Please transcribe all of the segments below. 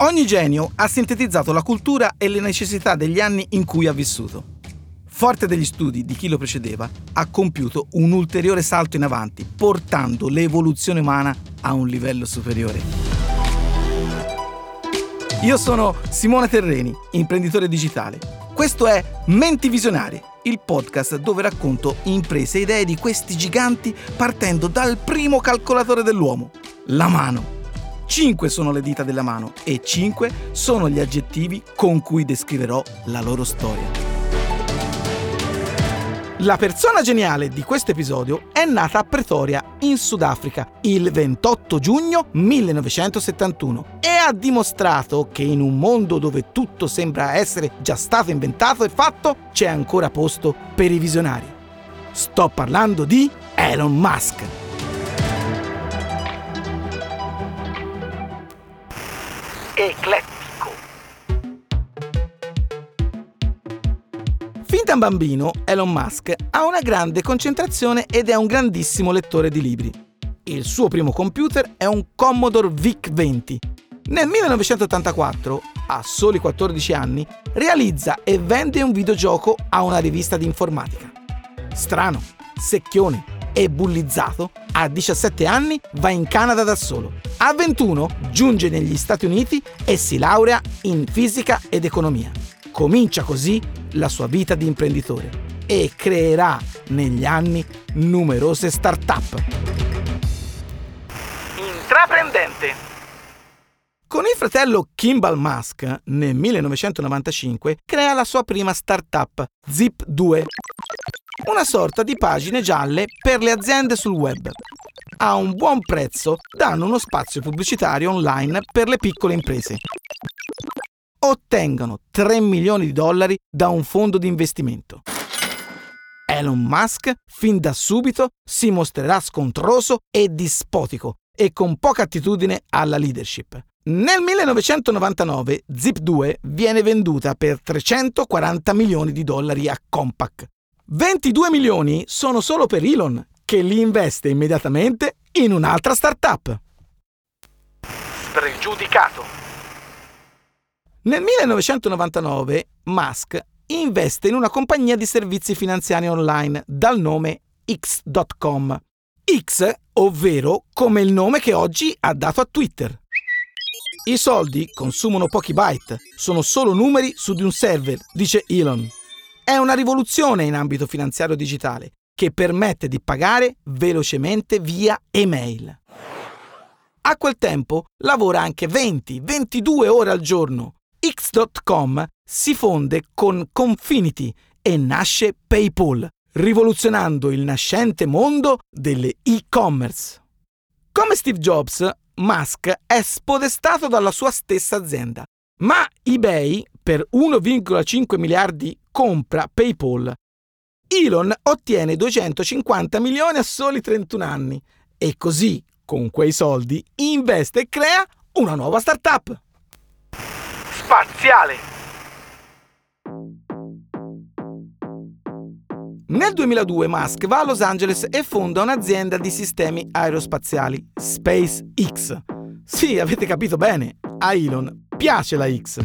Ogni genio ha sintetizzato la cultura e le necessità degli anni in cui ha vissuto. Forte degli studi di chi lo precedeva, ha compiuto un ulteriore salto in avanti, portando l'evoluzione umana a un livello superiore. Io sono Simone Terreni, imprenditore digitale. Questo è Menti Visionarie, il podcast dove racconto imprese e idee di questi giganti partendo dal primo calcolatore dell'uomo, la mano. 5 sono le dita della mano e 5 sono gli aggettivi con cui descriverò la loro storia. La persona geniale di questo episodio è nata a Pretoria, in Sudafrica, il 28 giugno 1971 e ha dimostrato che in un mondo dove tutto sembra essere già stato inventato e fatto, c'è ancora posto per i visionari. Sto parlando di Elon Musk. Eclettico. Fin da bambino, Elon Musk ha una grande concentrazione ed è un grandissimo lettore di libri. Il suo primo computer è un Commodore VIC-20. Nel 1984, a soli 14 anni, realizza e vende un videogioco a una rivista di informatica. Strano, secchione e bullizzato, a 17 anni va in Canada da solo. A 21 giunge negli Stati Uniti e si laurea in fisica ed economia. Comincia così la sua vita di imprenditore e creerà negli anni numerose start-up. Intraprendente. Con il fratello Kimball Musk, nel 1995, crea la sua prima start-up, Zip2, una sorta di pagine gialle per le aziende sul web. A un buon prezzo danno uno spazio pubblicitario online per le piccole imprese. Ottengono $3 milioni da un fondo di investimento. Elon Musk, fin da subito, si mostrerà scontroso e dispotico e con poca attitudine alla leadership. Nel 1999 Zip2 viene venduta per $340 milioni a Compaq. 22 milioni sono solo per Elon, che li investe immediatamente in un'altra startup. Spregiudicato. Nel 1999 Musk investe in una compagnia di servizi finanziari online dal nome X.com. X, ovvero come il nome che oggi ha dato a Twitter. I soldi consumano pochi byte, sono solo numeri su di un server, dice Elon. È una rivoluzione in ambito finanziario digitale che permette di pagare velocemente via email. A quel tempo lavora anche 20-22 ore al giorno. X.com si fonde con Confinity e nasce PayPal, rivoluzionando il nascente mondo delle e-commerce. Come Steve Jobs, Musk è spodestato dalla sua stessa azienda, ma eBay per 1,5 miliardi compra PayPal. Elon ottiene 250 milioni a soli 31 anni e così, con quei soldi, investe e crea una nuova startup. Spaziale. Nel 2002 Musk va a Los Angeles e fonda un'azienda di sistemi aerospaziali, SpaceX. Sì, avete capito bene, a Elon piace la X.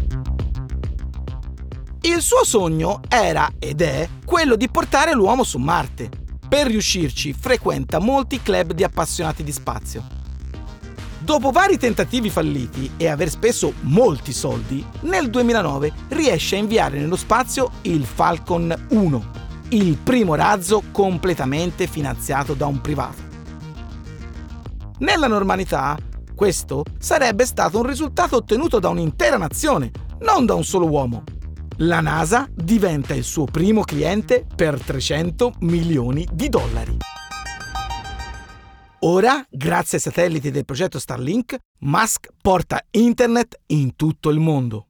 Il suo sogno era ed è quello di portare l'uomo su Marte. Per riuscirci frequenta molti club di appassionati di spazio. Dopo vari tentativi falliti e aver speso molti soldi, nel 2009 riesce a inviare nello spazio il Falcon 1, il primo razzo completamente finanziato da un privato. Nella normalità, questo sarebbe stato un risultato ottenuto da un'intera nazione, non da un solo uomo. La NASA diventa il suo primo cliente per $300 milioni. Ora, grazie ai satelliti del progetto Starlink, Musk porta internet in tutto il mondo.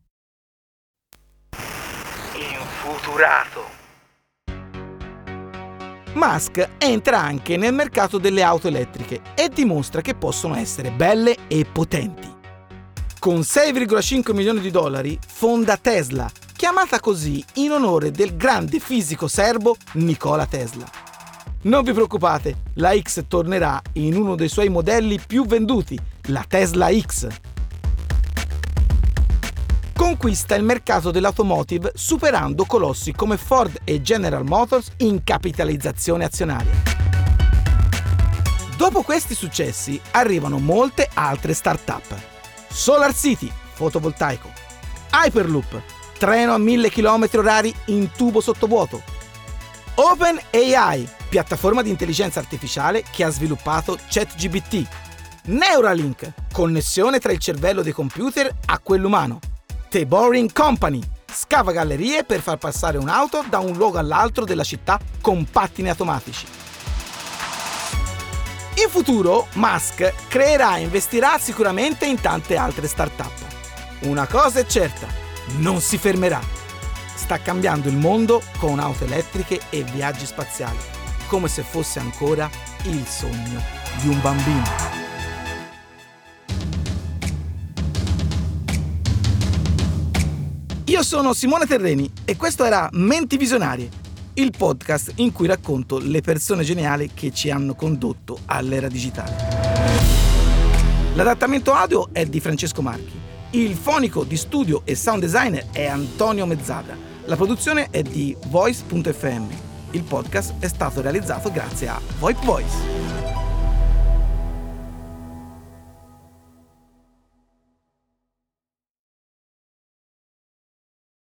Infuturato. Musk entra anche nel mercato delle auto elettriche e dimostra che possono essere belle e potenti. Con $6,5 milioni fonda Tesla, chiamata così in onore del grande fisico serbo Nikola Tesla. Non vi preoccupate, la X tornerà in uno dei suoi modelli più venduti, la Tesla X. conquista il mercato dell'automotive superando colossi come Ford e General Motors in capitalizzazione azionaria. Dopo questi successi arrivano molte altre start-up. SolarCity, fotovoltaico. Hyperloop, treno a 1000 km/h in tubo sottovuoto. OpenAI, piattaforma di intelligenza artificiale che ha sviluppato ChatGPT. Neuralink, connessione tra il cervello dei computer a quello umano. The Boring Company, scava gallerie per far passare un'auto da un luogo all'altro della città con pattini automatici. In futuro Musk creerà e investirà sicuramente in tante altre start-up. Una cosa è certa, non si fermerà. Sta cambiando il mondo con auto elettriche e viaggi spaziali, come se fosse ancora il sogno di un bambino. Io sono Simone Terreni e questo era Menti Visionarie, il podcast in cui racconto le persone geniali che ci hanno condotto all'era digitale. L'adattamento audio è di Francesco Marchi, il fonico di studio e sound designer è Antonio Mezzadra, la produzione è di Voice.fm. Il podcast è stato realizzato grazie a VoIP Voice.